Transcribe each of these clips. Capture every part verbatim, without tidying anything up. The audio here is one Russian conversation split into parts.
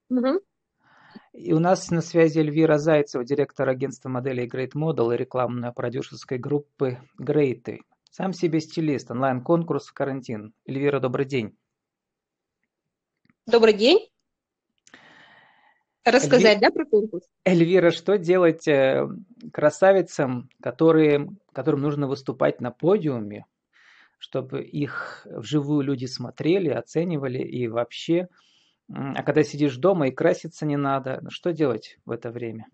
Мгм. И у нас на связи Эльвира Зайцева, директор агентства моделей Great Model и рекламной продюсерской группы Great. Сам себе стилист, онлайн-конкурс «Карантин». Эльвира, добрый день. Добрый день. Эльви... Рассказать, да, про конкурс? Эльвира, что делать э, красавицам, которые, которым нужно выступать на подиуме, чтобы их вживую люди смотрели, оценивали и вообще, м, а когда сидишь дома и краситься не надо, что делать в это время?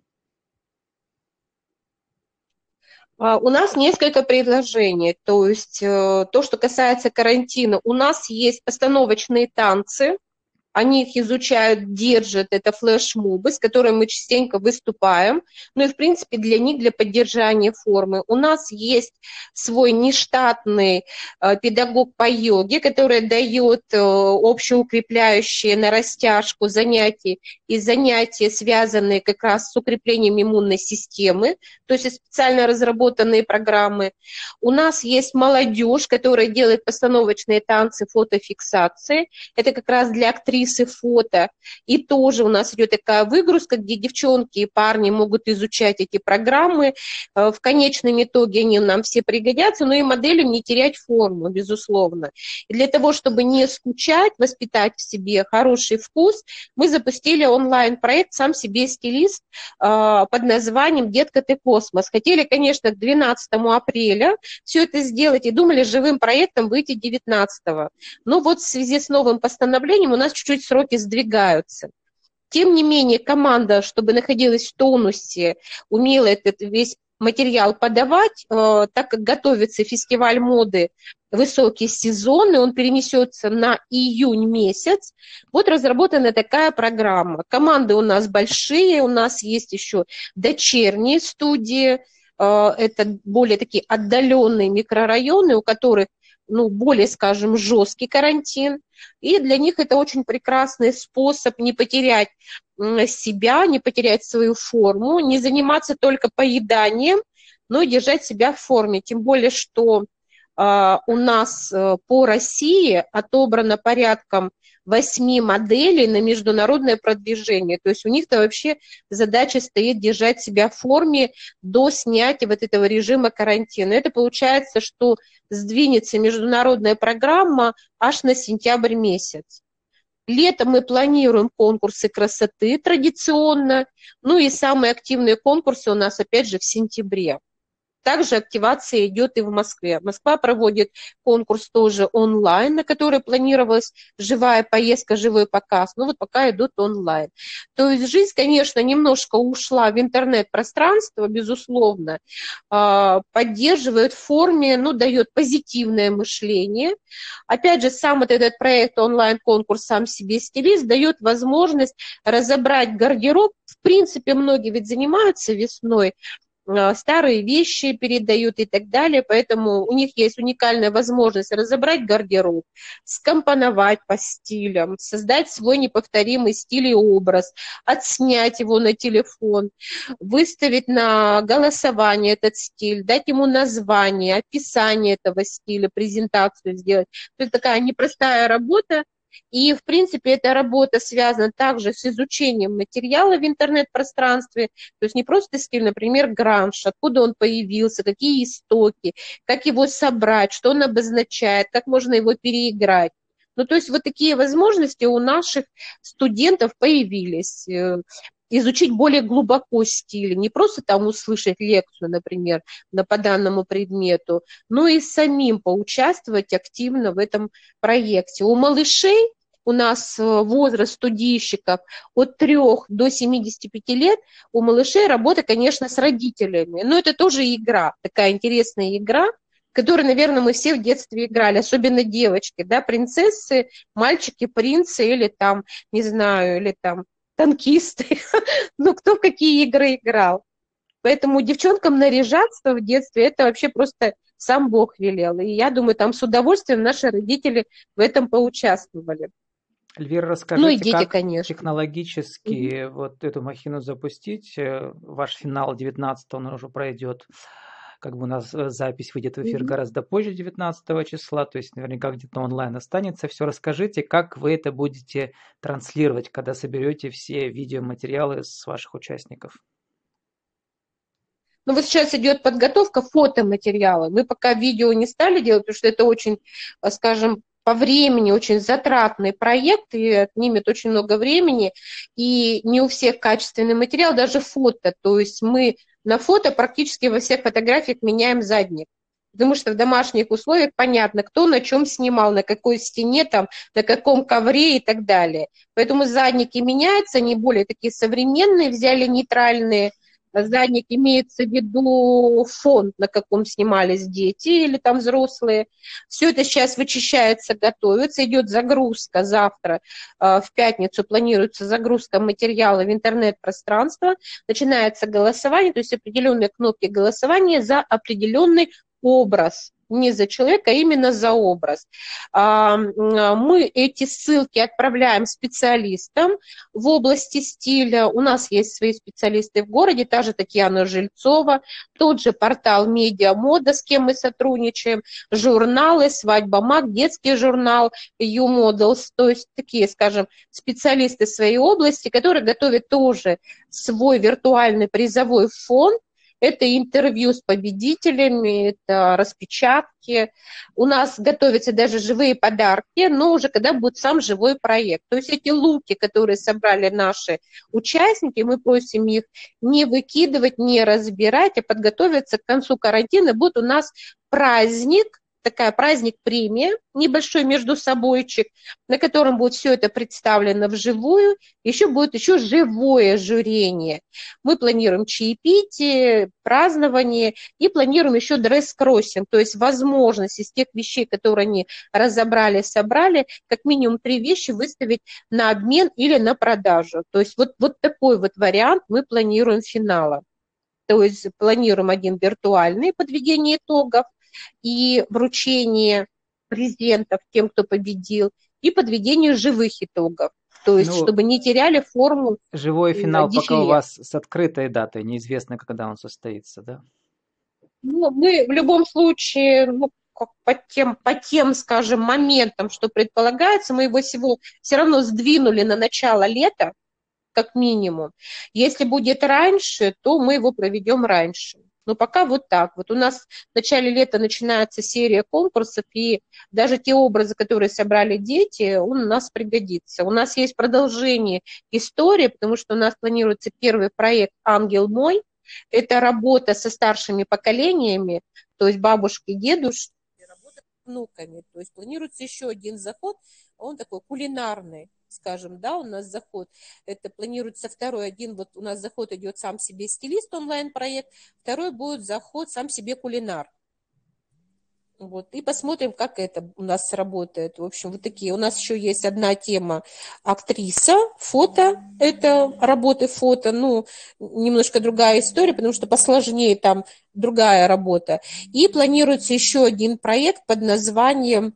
А, У нас несколько предложений. То есть э, то, что касается карантина, у нас есть постановочные танцы. Они их изучают, держат, это флешмобы, с которыми мы частенько выступаем. Ну и, в принципе, для них, для поддержания формы. У нас есть свой нештатный э, педагог по йоге, который дает э, общеукрепляющие на растяжку занятия и занятия, связанные как раз с укреплением иммунной системы, то есть специально разработанные программы. У нас есть молодежь, которая делает постановочные танцы, фотофиксации. Это как раз для актрисы фото. И тоже у нас идет такая выгрузка, где девчонки и парни могут изучать эти программы. Э, В конечном итоге они нам все пригодятся, но и моделям не терять форму, безусловно. И для того, чтобы не скучать, воспитать в себе хороший вкус, мы запустили онлайн-проект «Сам себе стилист» э, под названием «Детка, ты космос». Хотели, конечно, к двенадцатому апреля все это сделать и думали живым проектом выйти девятнадцатого. Но вот в связи с новым постановлением у нас чуть-чуть сроки сдвигаются. Тем не менее, команда, чтобы находилась в тонусе, умела этот весь материал подавать, э, так как готовится фестиваль моды высокий сезон, и он перенесется на июнь месяц. Вот разработана такая программа. Команды у нас большие, у нас есть еще дочерние студии, э, это более такие отдаленные микрорайоны, у которых ну, более, скажем, жесткий карантин. И для них это очень прекрасный способ не потерять себя, не потерять свою форму, не заниматься только поеданием, но и держать себя в форме. Тем более, что э, у нас э, по России отобрано порядком восьми моделей на международное продвижение. То есть у них-то вообще задача стоит держать себя в форме до снятия вот этого режима карантина. Это получается, что сдвинется международная программа аж на сентябрь месяц. Летом мы планируем конкурсы красоты традиционно, ну и самые активные конкурсы у нас опять же в сентябре. Также активация идет и в Москве. Москва проводит конкурс тоже онлайн, на который планировалась живая поездка, живой показ. Но вот пока идут онлайн. То есть жизнь, конечно, немножко ушла в интернет-пространство, безусловно, а, поддерживает в форме, ну, дает позитивное мышление. Опять же, сам вот этот проект онлайн-конкурс «Сам себе стилист» дает возможность разобрать гардероб. В принципе, многие ведь занимаются весной, э, старые вещи передают и так далее, поэтому у них есть уникальная возможность разобрать гардероб, скомпоновать по стилям, создать свой неповторимый стиль и образ, отснять его на телефон, выставить на голосование этот стиль, дать ему название, описание этого стиля, презентацию сделать. То есть такая непростая работа, и, в принципе, эта работа связана также с изучением материала в интернет-пространстве, то есть не просто стиль, например, гранж, откуда он появился, какие истоки, как его собрать, что он обозначает, как можно его переиграть. Ну, то есть вот такие возможности у наших студентов появились. Э, изучить более глубоко стиль, не просто там услышать лекцию, например, на, по данному предмету, но и самим поучаствовать активно в этом проекте. У малышей у нас э, возраст студийщиков от трёх до семидесяти пяти лет, у малышей работа, конечно, с родителями. Но это тоже игра, такая интересная игра, в которой, наверное, мы все в детстве играли, особенно девочки, да, принцессы, мальчики, принцы или там, не знаю, или там танкисты. Ну, кто в какие игры играл. Поэтому девчонкам наряжаться в детстве, это вообще просто сам Бог велел. И я думаю, там с удовольствием наши родители в этом поучаствовали. Эльвира, Ну и расскажите, дети, как конечно. Мгм. технологически вот эту махину запустить? Э, Ваш финал девятнадцатого он уже пройдет. как бы у нас э, запись выйдет в эфир Мгм. гораздо позже, девятнадцатого числа, то есть наверняка где-то онлайн останется. Все расскажите, как вы это будете транслировать, когда соберете все видеоматериалы с ваших участников. Ну вот сейчас идет подготовка фотоматериала. Мы пока видео не стали делать, потому что это очень, э, скажем, по времени очень затратный проект и отнимет очень много времени. И не у всех качественный материал, даже фото. То есть мы на фото практически во всех фотографиях меняем задник. Потому что в домашних условиях понятно, кто на чем снимал, на какой стене, там, на каком ковре и так далее. Поэтому задники меняются, они более такие современные, взяли нейтральные. Задник имеется в виду фон, на каком снимались дети или там взрослые. Все это сейчас вычищается, готовится, идет загрузка завтра, э, в пятницу планируется загрузка материала в интернет-пространство, начинается голосование, то есть определенные кнопки голосования за определенный образ. Не за человека, а именно за образ. А, Мы эти ссылки отправляем специалистам в области стиля. У нас есть свои специалисты в городе, та же Татьяна Жильцова, тот же портал «Медиамода», с кем мы сотрудничаем, журналы «Свадьба Маг», детский журнал «YouModels», то есть такие, скажем, специалисты своей области, которые готовят тоже свой виртуальный призовой фонд. Это интервью с победителями, это распечатки. У нас готовятся даже живые подарки, но уже когда будет сам живой проект. То есть эти луки, которые собрали наши участники, мы просим их не выкидывать, не разбирать, а подготовиться к концу карантина. Будет у нас праздник, такая праздник-премия, небольшой между собойчик, на котором будет все это представлено вживую. Еще будет еще живое жюрение. Мы планируем чаепитие, празднование и планируем еще дресс-кроссинг, то есть возможность из тех вещей, которые они разобрали, собрали, как минимум три вещи выставить на обмен или на продажу. То есть вот, вот такой вот вариант мы планируем финала. То есть планируем один виртуальный подведение итогов и вручение презентов тем, кто победил, и подведение живых итогов. То есть, Ну, чтобы не теряли форму живой м, финал пока у дефиле. вас с открытой датой, неизвестно, когда он состоится, да? Ну, мы в любом случае, ну, как по тем, по тем, скажем, моментам, что предполагается, мы его всего все равно сдвинули на начало лета, как минимум. Если будет раньше, то мы его проведем раньше. Но пока вот так. Вот у нас в начале лета начинается серия конкурсов, и даже те образы, которые собрали дети, он у нас пригодится. У нас есть продолжение истории, потому что у нас планируется первый проект «Ангел мой». Это работа со старшими поколениями, то есть бабушки, дедушки, работа с внуками. То есть планируется еще один заход, он такой кулинарный, скажем, да, у нас заход, это планируется второй, один вот у нас заход идет сам себе стилист онлайн-проект, второй будет заход сам себе кулинар. Вот, и посмотрим, как это у нас сработает. В общем, вот такие. У нас еще есть одна тема актриса, фото, это работы фото, ну, немножко другая история, потому что посложнее там другая работа. И планируется еще один проект под названием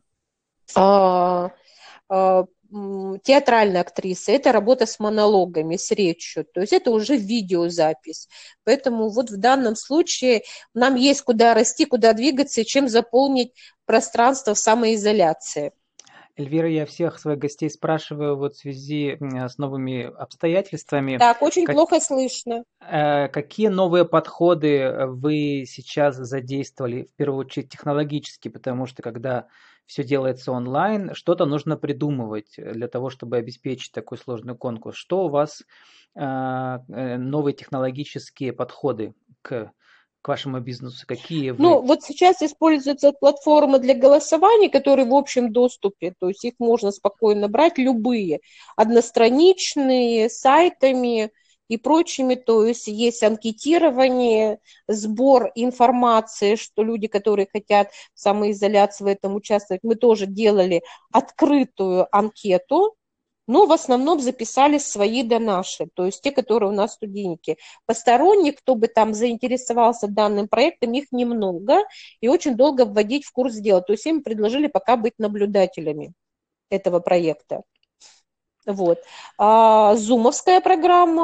а, а, театральная актриса, это работа с монологами, с речью, то есть это уже видеозапись. Поэтому вот в данном случае нам есть куда расти, куда двигаться и чем заполнить пространство в самоизоляции. Эльвира, я всех своих гостей спрашиваю вот в связи с новыми обстоятельствами. Так, очень Как, плохо слышно. э, какие новые подходы вы сейчас задействовали, в первую очередь технологически, потому что когда все делается онлайн, что-то нужно придумывать для того, чтобы обеспечить такой сложный конкурс. Что у вас э, новые технологические подходы к, к вашему бизнесу? Какие Ну, вы? вот сейчас используются платформы для голосования, которые в общем доступе, то есть их можно спокойно брать, любые, одностраничные, сайтами и прочими, то есть есть анкетирование, сбор информации, что люди, которые хотят в самоизоляции в этом участвовать, мы тоже делали открытую анкету, но в основном записали свои да наши, то есть те, которые у нас студеники. Посторонних, кто бы там заинтересовался данным проектом, их немного, и очень долго вводить в курс дела. То есть им предложили пока быть наблюдателями этого проекта. Вот. А, зумовская программа,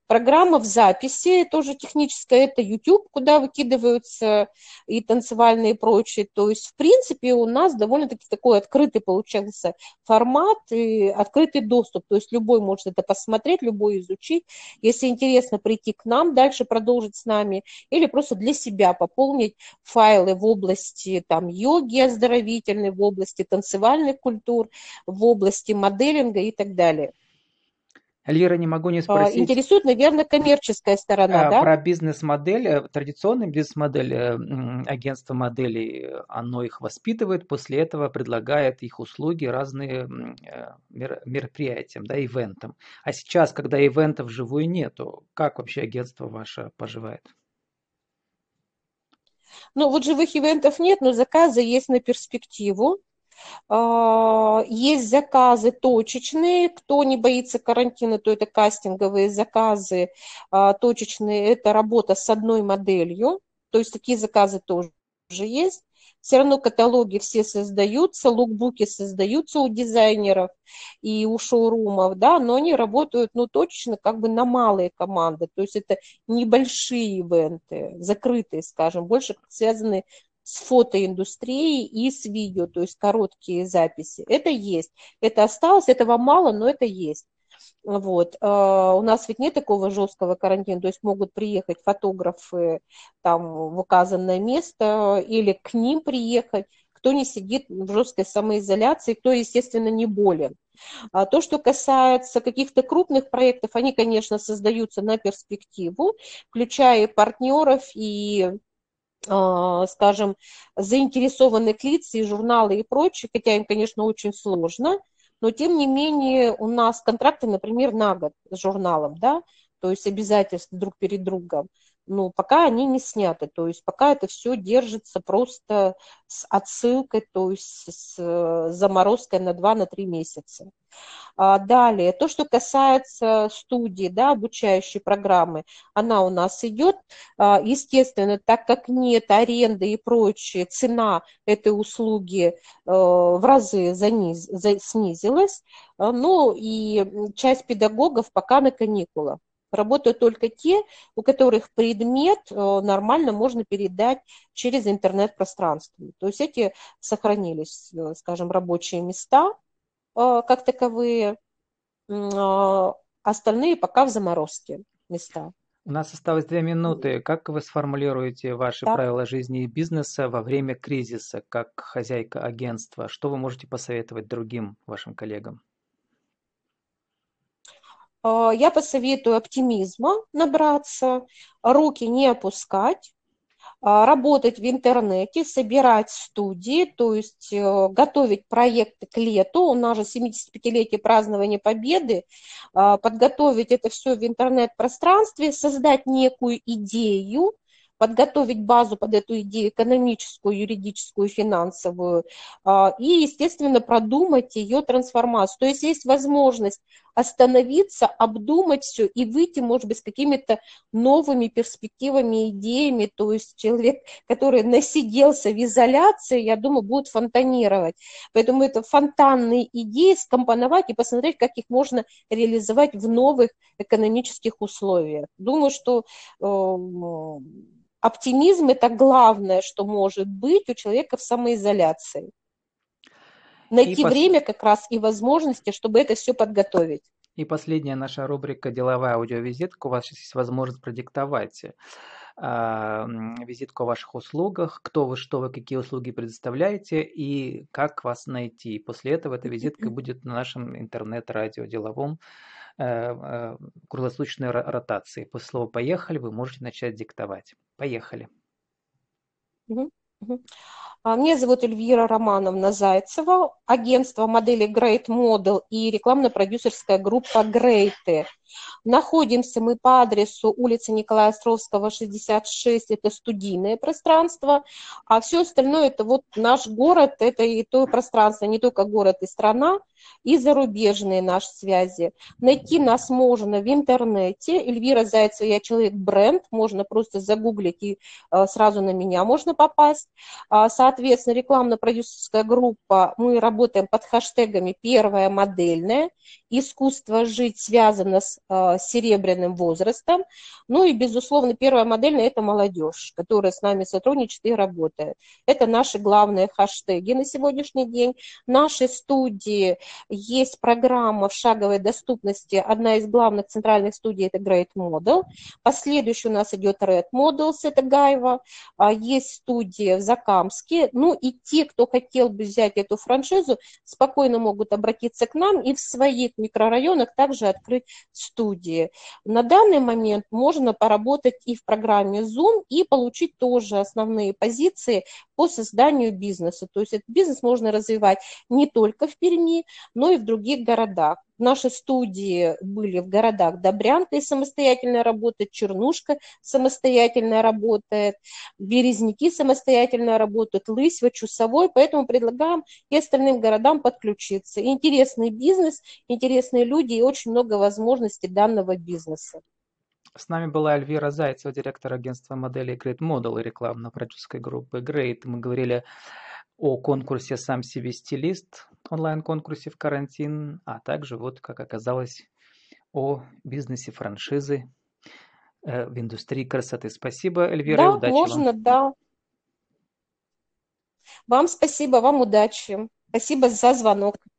Программа в записи, тоже техническая, это YouTube, куда выкидываются и танцевальные и прочее. То есть, в принципе, у нас довольно-таки такой открытый получился формат и открытый доступ. То есть любой может это посмотреть, любой изучить. Если интересно, прийти к нам, дальше продолжить с нами, или просто для себя пополнить файлы в области там, йоги оздоровительной, в области танцевальных культур, в области моделинга и так далее. Эльвира, не могу не А, спросить интересует, наверное, коммерческая сторона, а, да? про бизнес-модель, э, традиционная бизнес-модель, э, м, агентство моделей, э, оно их воспитывает, после этого предлагает их услуги разные э, мер- мероприятиям, да, ивентам. А сейчас, когда ивентов вживую нету, как вообще агентство ваше поживает? Ну, вот живых ивентов нет, но заказы есть на перспективу. А, Есть заказы точечные, кто не боится карантина, то это кастинговые заказы а, точечные, это работа с одной моделью, то есть такие заказы тоже есть. Все равно каталоги все создаются, лукбуки создаются у дизайнеров и у шоурумов, да, но они работают, ну, точечно как бы на малые команды, то есть это небольшие ивенты, закрытые, скажем, больше связаны с фотоиндустрией и с видео, то есть короткие записи. Это есть. Это осталось, этого мало, но это есть. Вот. А, у нас ведь нет такого жесткого карантина, то есть могут приехать фотографы там, в указанное место или к ним приехать, кто не сидит в жесткой самоизоляции, кто, естественно, не болен. А то, что касается каких-то крупных проектов, они, конечно, создаются на перспективу, включая партнеров и скажем, заинтересованных лиц и журналы и прочее, хотя им, конечно, очень сложно, но тем не менее у нас контракты, например, на год с журналом, да, то есть обязательства друг перед другом, но пока они не сняты, то есть пока это все держится просто с отсылкой, то есть с заморозкой на два-три месяца. Далее, то, что касается студии, да, обучающей программы, она у нас идет. Естественно, так как нет аренды и прочее, цена этой услуги э, в разы заниз, за, снизилась. Ну и часть педагогов пока на каникулах. Работают только те, у которых предмет э, нормально можно передать через интернет-пространство. То есть эти сохранились, э, скажем, рабочие места как таковые, остальные пока в заморозке места. У нас осталось две минуты. Как вы сформулируете ваши Так. правила жизни и бизнеса во время кризиса, как хозяйка агентства? Что вы можете посоветовать другим вашим коллегам? Я посоветую оптимизма набраться, руки не опускать, работать в интернете, собирать студии, то есть э, готовить проекты к лету. У нас же семидесятипятилетие празднования Победы. Подготовить это все в интернет-пространстве, создать некую идею, подготовить базу под эту идею экономическую, юридическую, финансовую и, естественно, продумать ее трансформацию. То есть есть возможность остановиться, обдумать все и выйти, может быть, с какими-то новыми перспективами, идеями. То есть человек, который насиделся в изоляции, я думаю, будет фонтанировать. Поэтому это фонтанные идеи скомпоновать и посмотреть, как их можно реализовать в новых экономических условиях. Думаю, что э, оптимизм – это главное, что может быть у человека в самоизоляции. Найти пос... время как раз и возможности, чтобы это все подготовить. И последняя наша рубрика «Деловая аудиовизитка». У вас сейчас есть возможность продиктовать а, визитку о ваших услугах, кто вы, что вы, какие услуги предоставляете и как вас найти. После этого эта визитка будет на нашем интернет-радио деловом э, э, круглосуточной ротации. После слова «поехали» вы можете начать диктовать. Поехали. Угу. Меня зовут Эльвира Романовна Зайцева, агентство модели Great Model и рекламно-продюсерская группа Грейты. Находимся мы по адресу улица Николая Островского, шестьдесят шесть, это студийное пространство, а все остальное это вот наш город, это и то пространство, не только город и страна, и зарубежные наши связи. Найти нас можно в интернете. Эльвира Зайцева, я человек-бренд, можно просто загуглить и сразу на меня можно попасть. Соответственно, соответственно, рекламно-продюсерская группа, мы работаем под хэштегами «Первая модельная», «Искусство жить» связано с э, серебряным возрастом, ну и, безусловно, «Первая модельная» – это молодежь, которая с нами сотрудничает и работает. Это наши главные хэштеги на сегодняшний день. В нашей студии есть программа в шаговой доступности, одна из главных центральных студий – это Great Model. Последующий у нас идет Red Models, это Гайва. Есть студия в Закамске. Ну и те, кто хотел бы взять эту франшизу, спокойно могут обратиться к нам и в своих микрорайонах также открыть студии. На данный момент можно поработать и в программе Zoom, и получить тоже основные позиции по созданию бизнеса. То есть этот бизнес можно развивать не только в Перми, но и в других городах. Наши студии были в городах Добрянка и самостоятельно работает, Чернушка самостоятельно работает, Березники самостоятельно работают, Лысьва, Чусовой, поэтому предлагаем и остальным городам подключиться. Интересный бизнес, интересные люди и очень много возможностей данного бизнеса. С нами была Эльвира Зайцева, директор агентства моделей Great Model и рекламно-продюсерской группы Great. Мы говорили о конкурсе «Сам себе стилист», онлайн-конкурсе в карантин, а также, вот как оказалось, о бизнесе франшизы э, в индустрии красоты. Спасибо, Эльвира, и Да, удачи вам. можно, да. Вам спасибо, вам удачи. Спасибо за звонок.